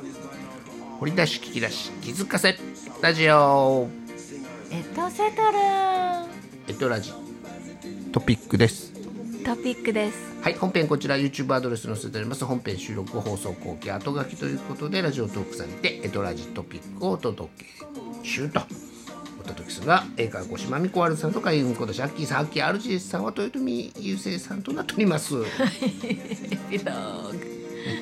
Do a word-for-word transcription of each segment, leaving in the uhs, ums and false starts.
掘り出し聞き出し気づかせラジオエトセトラエトラジトピックです。 トピックです。 はい、本編こちら YouTube アドレス載せております。本編収録放送後期後書きということでラジオトークされてエトラジトピックをお届け中とお届けするが英会話講師まみこわるさんと海運講師アッキーさん、アッキー アールジェーエス さんは豊臣優生さんとなっておりますエピローグ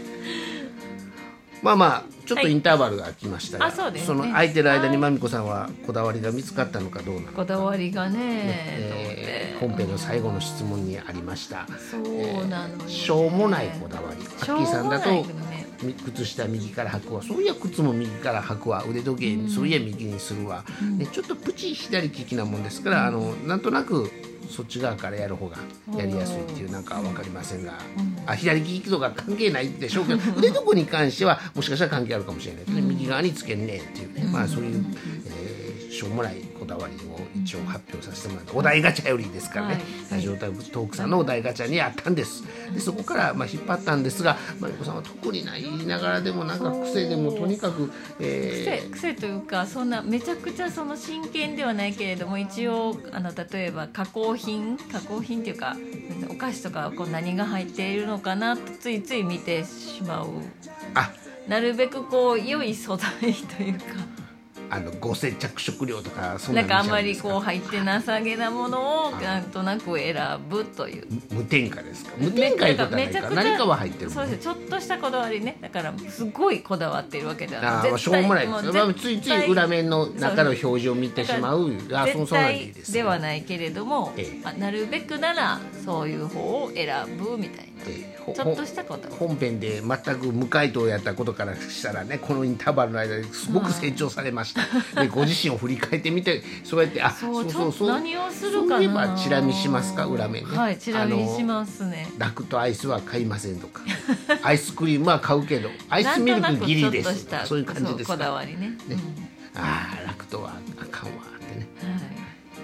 まあまあちょっとインターバルが空きましたが、 はい、あそうですね、 その空いてる間にまみこさんはこだわりが見つかったのかどうなのか、 こだわりがね、 えー、本編の最後の質問にありました、 そうなの、ねえー、しょうもないこだわり。アッキーさんだと、ね、靴下右から履くわ、そういや靴も右から履くわ、腕時計、うん、そういや右にするわ、うんね、ちょっとプチ左利きなもんですから、うん、あのなんとなくそっち側からやる方がやりやすいっていう、なんか分かりませんが、うん、あ左利きとか関係ないでしょうけど腕とこに関してはもしかしたら関係あるかもしれないけど、ね、右側につけんねんっていうね、まあそういう、えー、しょうもないこだわりを一応発表させてもらったお題ガチャよりですからね、ラジオトークさんのお題ガチャにあったんです。でそこからまあ引っ張ったんですが、まりこさんは特にない言いながらでもなんか癖でもとにかく、 えー、癖癖というかそんなめちゃくちゃその真剣ではないけれども、一応あの例えば加工品加工品っていうかお菓子とかこう何が入っているのかなとついつい見てしまう。 あなるべくこう良い素材というかあの合成着色料とかそんなんかあんまりこう入ってなさげなものをなんとなく選ぶという。 無添加ですか？無添加いうことはないか、何かは入ってるもんね。 そうです、ちょっとしたこだわりね。だからすごいこだわっているわけではない。 あしょうもないですよ。ついつい裏面の中の表示を見てしまう。あ絶対ではないけれども、ええ、まあ、なるべくならそういう方を選ぶみたいな。ええ、ちょっとしたこと本編で全く無回答やったことからしたらね、このインターバルの間ですごく成長されました、でご自身を振り返ってみてそうやってあそうそうそうそう何をするかな、そういえばチラ見しますか、裏面ね。 はい、チラ見しますね。 ラクトアイスは買いませんとかアイスクリームは買うけどアイスミルクギリです、そういう感じですか。 こだわり ね, ね、 うん、ああラクトはあかんわってね、 はい、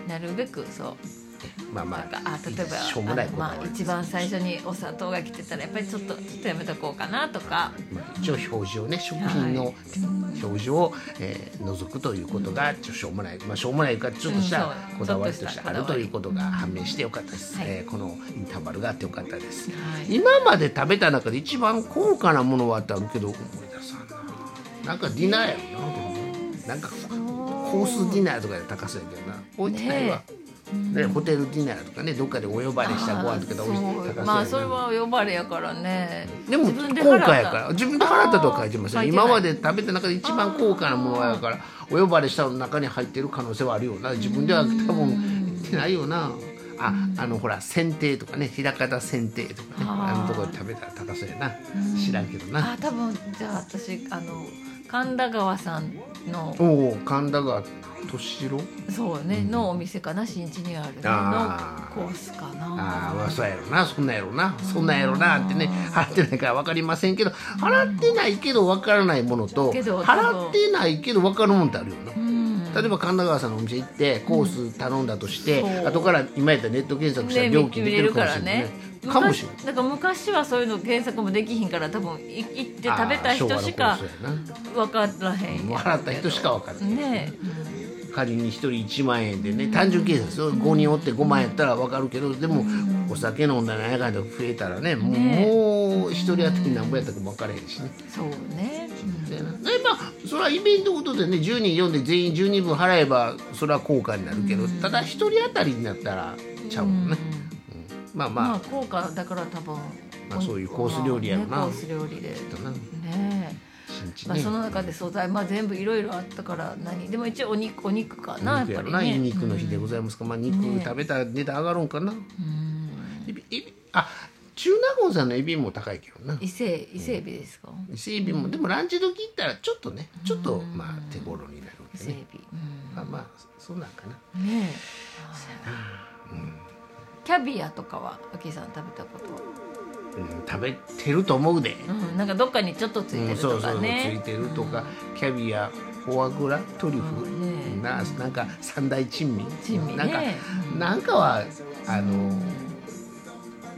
なるべくそうまあまあ、 あ例えばしょうもないまあ、一番最初にお砂糖が来てたらやっぱりちょっとちょっとやめとこうかなとか、 まあ、一応表示をね食品の表示を、えー、除くということがちょしょうもない、まあ、しょうもないかちょっとしたこだわりとしてあるということが判明してよかったです、はい、えー、このインターバルがあってよかったです、はい、今まで食べた中で一番高価なものはってあるけど思い出さんな。なんかディナーやな、なんかコースディナーとかで高そうやけどな、置いてないわ、ねね、ホテルディナーとかね、どっかでお呼ばれしたご飯とかでおいしい高そうやな。 まあそれはお呼ばれやからね。 でも高価やから自分で払ったとは書いてません。今まで食べた中で一番高価なものやからお呼ばれしたの中に入ってる可能性はあるよな。自分では多分言ってないよな。あ、あのほら剪定とかね、枚方剪定とかね、あのところで食べたら高そうやな。知らんけどな。 あ、多分じゃあ私あの神田川さんのおお神田川敏郎そうね、うん、のお店かな、新地にあるのコースかな。 ああ、まあそうやろな、そんなんやろな、そんなんやろなってね、払ってないから分かりませんけど、払ってないけど分からないものと払ってないけど分かるものってあるよな。例えば神田川さんのお店行ってコース頼んだとして、うん、後から今やったらネット検索したら料金できるかもしれないね。かもしれない。 だから昔はそういうの検索もできひんから多分行って食べた人しか分からへん。 払った人しか分からへんね。 仮にひとりいちまんえんでね、単純計算ですよ、ごにんおってごまんやったら分かるけど、でもお酒飲んだら何やかんや増えたらね、もうひとり当たり何ぼやったかも分からへんしね。 そうね。 でまあそれはイベントごとでね、じゅうにん呼んで全員じゅうにんぶん払えばそれは効果になるけど、ただひとり当たりになったらちゃうもんね。まあまあ、 まあ効果だから多分、 まあ、そういうコース料理やろな、 コース料理でね。まあ、その中で素材、まあ、全部いろいろあったから何でも一応お肉お肉かな、やっぱりね。 いい肉の日でございますか、まあ、肉食べたら値段上がるんかな。エビエビあ中納言さんのエビも高いけどな。 伊勢伊勢エビですか。 伊勢エビもでもランチ時行ったらちょっとね、ちょっとまあ手頃になるんでね。伊勢エビ、まあまあそうなんかな。ねえ。キャビアとかはあきさん食べたことは？ うん、食べてると思うで、 うん、なんかどっかにちょっとついてるとかね、うん、そうそうついてるとか、うん、キャビア、フォアグラ、トリュフ、うんね、な, なんか三大珍味、 珍味ね、 なんか、なんかはあの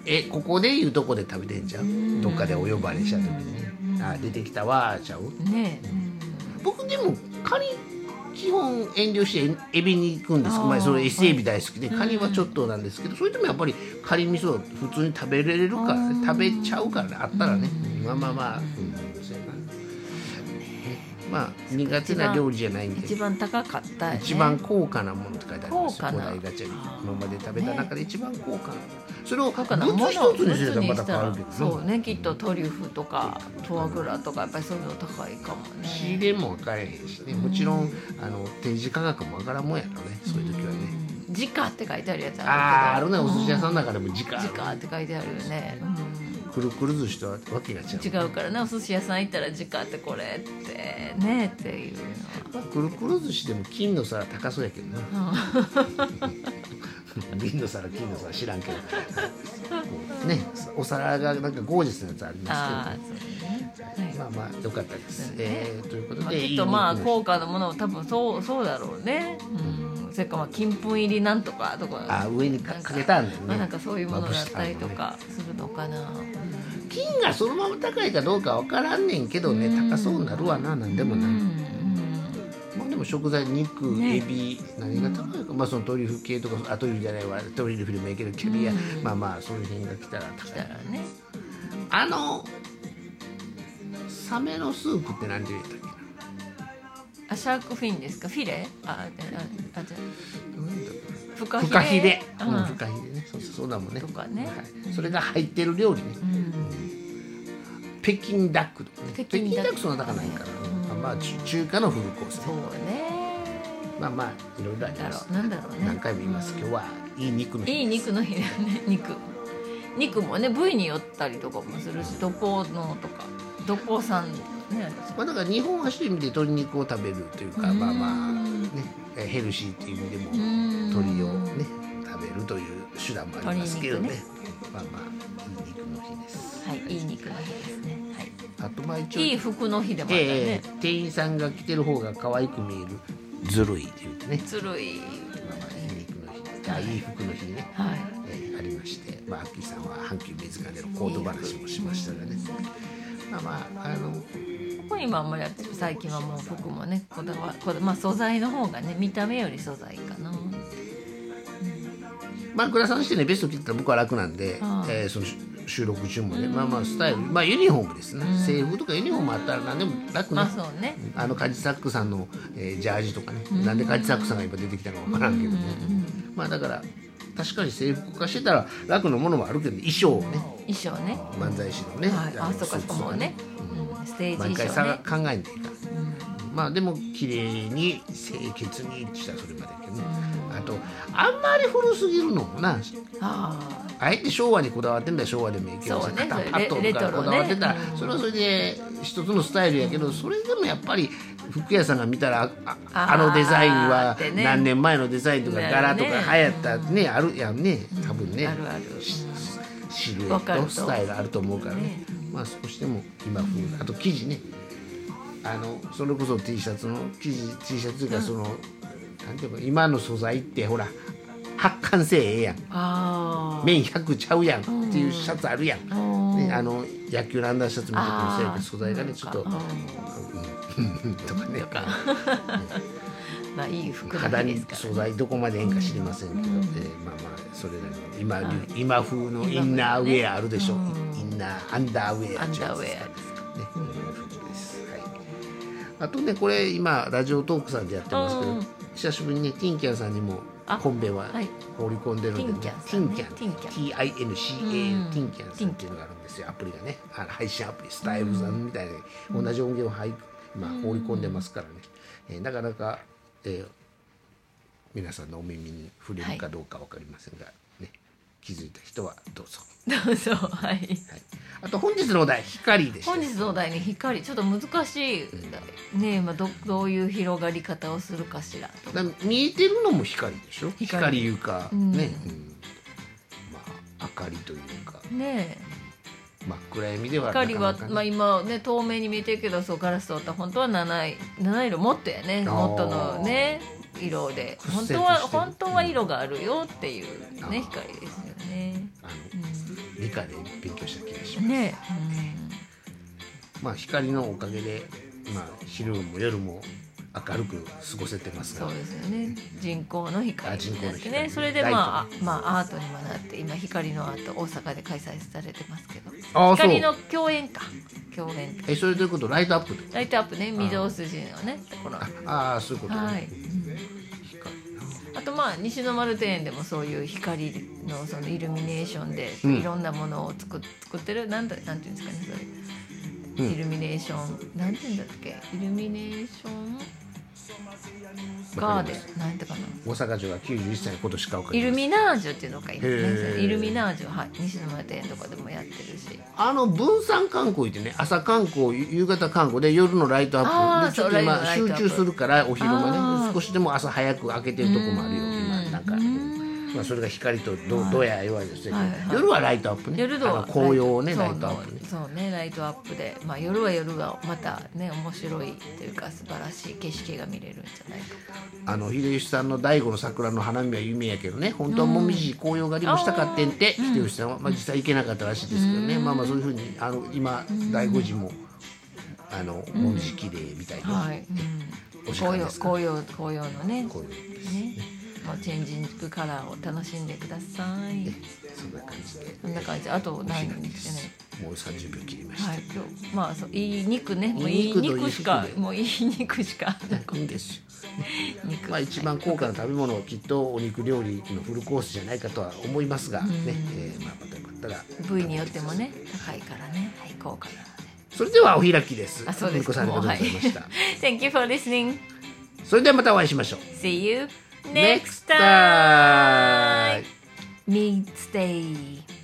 えここでいうとこで食べてんじゃん、どっかでお呼ばれした時にね、あ出てきたわーちゃうね、 僕でもカニ基本遠慮してエビに行くんですけど、まあ、それ エスエビ大好きで、カニはちょっとなんですけど、それでもやっぱりカニ味噌は普通に食べれるからね、食べちゃうからね、あったらね、まあまあまあ、うん、そうやな、まあ苦手な料理じゃないんで一番高かったよね、 一番高価なものって書いてありますよ、 高価な古代ガチャに今まで食べた中で一番高価な、ね、それを高価なものグツ一つにすればまた変わるけど、 そうね、きっとトリュフとかフォアグラとかやっぱりそういうの高いかもね、 仕入れも分かれへんしね、もちろんあの展示価格も分からんもんやろね、そういう時はね、 時価って書いてあるやつあるけど、 あああるね、お寿司屋さんの中でも時価時価って書いてあるよね、うん、 くるくる寿司とはわけが違う違うからね、お寿司屋さん行ったら時価ってこれってねっていうのは、 まあ、くるくる寿司でも金の皿高そうやけどな、銀の皿金の皿知らんけどね、お皿がなんかゴージャスなやつありますけどね、あ、そうね、はい、まあまあ良かったです、ね、えー、ということで、まあ、 きっとまあ高価なもの多分そうそうだろうね、うん、それかまあ金粉入りなんとかとか、 あ上にかけたんだよね、 まあ、なんかそういうものだったりとかするのかな、 金がそのまま高いかどうかわからんねんけどね、高そうになるわな、なんでもな、うん、まあでも食材肉、ね、エビ何が高いか、まあそのトリュフ系とか、あトリュフじゃないわ、トリュフでもいいけどキャビア、うん、まあまあそういう辺が来たら高いからね。あのサメのスープって何て言ったっけな、 あシャークフィンですか、フィレ、あああじゃフカヒレ、フカヒレ、うん、フカヒレね、そうそうそうだもんね、 とかね、 はい、それが入ってる料理ね、うん、北京ダックとかね、北京ダックそんな高ないから、うん、まあ中華のフルコース、ね、 そうね、 まあまあいろいろあります。 なんだろうね、 何回も言います。今日はいい肉の日です。 いい肉の日だよね。肉肉もね部位によったりとかもするし、どこのとかどこ産ね、 まあだから日本はそういう意味で鶏肉を食べるというか、まあまあねヘルシーっていう意味でも鶏をね食べるという手段もありますけどね。ね、まあまあいい肉の日です。 はい、いい肉の日ですね。はい。 あとまあ一応いい服の日でもあったね、 えー。店員さんが着てる方が可愛く見えるずるいって言ってね。 ずるい。 まあまあいい肉の日、はい、いい服の日ね。はい。えー、ありまして、まあアッキーさんは阪急水金のコート話もしましたがね。まあまああの。 ここにもあんまり最近はもう服もねこだわこだまあ素材の方がね見た目より素材かな。うん、 まあグラサンしてねベスト着てたら僕は楽なんで、あえー、その収録中もね、まあまあスタイル、まあユニフォームですね、制服とかユニフォームあったら何でも楽な、 まあそうね、 あのカジサックさんの、えー、ジャージとかね、なんでカジサックさんが今出てきたのか分からんけどね、まあだから確かに制服化してたら楽なものもあるけど衣装をね衣装ね漫才師のね、 はい、あそうかそうね、うん、ステージ衣装ね毎回考えんでいいから、うん、まあでも綺麗に清潔にしたそれまでけどね、うん、あとあんまり古すぎるのもなああえて昭和にこだわってんだ昭和でもいいけど、ね、肩パッドとかこだわってたら、ね、それはそれで一つのスタイルやけどそれでもやっぱり服屋さんが見たら あ, あ, あのデザインは何年前のデザインとか柄とか流行ったね、ねあるやんね多分ね、うん、あるあるシルエットスタイルあると思うからね、まあ少しでも今風、うん、あと生地ねあのそれこそ T シャツの生地 T シャツというかその、うん、なんていうか今の素材ってほら発汗性ええやんあ綿ひゃくちゃうやんっていうシャツあるやん、ね、あの野球のアンダーシャツ見ててもそうやけど素材がねちょっととかねまあいい服肌に素材どこまでええんか知りませんけど、うんえー、まあまあそれなりに 今,、はい、今風のインナーウェアあるでしょ、ね、インナーアンダーウェアアンダーウェアですかね、 うん、です、はい、あとねこれ今ラジオトークさんでやってますけど、うん、久しぶりにねティンキャンさんにもコンベは放り込んでるんで、ね、ティンキャン、ティンキャン ティーアイエヌシーエー ティンキャンさんっていうのがあるんですよアプリがねあの配信アプリスタイルさんみたいに同じ音源を配今放り込んでますからね、えー、なかなか、えー、皆さんのお耳に触れるかどうか分かりませんが、ね、気づいた人はどうぞどうぞはい、はい、 あと本日のお題光でした本日のお題ね光ちょっと難しい、うん、ねまあ、ど, どういう広がり方をするかしらだ見えてるのも光でしょ 光, 光いうか、うん、ね、うん、まあ明かりというかねえ真っ暗闇では光は、まあ、今ね透明に見えてるけどそうガラスとった本当は七色七色もっとやねもっとのね色で本当は本当は色があるよっていうね光ですよね。 あの、うん、 科で勉強した気がしますね。 まあ光のおかげで、まあ、昼も夜も明るく過ごせてますが、 そうですよね。人工の光になってね、それでライトまあまあアートにもなって今光のアート大阪で開催されてますけど、 ああそう光の共演か共演えそれということライトアップでライトアップね、御堂筋のねところ。 ああそういうことね、 はい。あとまあ西の丸庭園でもそういう光のそのイルミネーションでいろんなものを作っ作ってるなんだなんていうんですかねそれ、うん、イルミネーションなんていうんだっけイルミネーションガーデンなんてかな大阪城がきゅうじゅういっさいのことしか分かイルりません。 ミナージュっていうのがいいですね。イルミナージュはい西の丸庭園とかでもやってるし、 あの分散観光ってね朝観光夕方観光で夜のライトアップでちょっと今集中するからお昼間ね少しでも朝早く開けてるとこもあるよ今なんか。まあ、それが光とど、はい、どうや言われて、はいはい、夜はライトアップね夜は紅葉をねライトアップねそうねライトアップで、まあ、夜は夜はまたね面白いというか素晴らしい景色が見れるんじゃないかと。 あの秀吉さんの醍醐の桜の花見は有名やけどね本当はもみじ紅葉狩りもしたかってんて、うん、秀吉さんは、まあ、実際行けなかったらしいですけどね、うん、まあまあそういうふうにあの今醍醐寺もあのもみじ綺麗みたいな、 はいうん、紅葉紅葉紅葉のね紅葉ですねもうチェンジングカラーを楽しんでください。 そんな感じでそんな感じあと何日でねもうさんじゅうびょう切りました、 はい、今日まあそういい肉ねもういい肉しかもういい肉しかいいんですよまあ一番高価な食べ物はきっとお肉料理のフルコースじゃないかとは思いますがね、えー、まあまたよかったら部位によってもね高いからね、はい、高価なのでそれではお開きです。 あそうですか。さんありがとうございました。 Thank you for listening. それではまたお会いしましょう。 See you next time. Meet Stay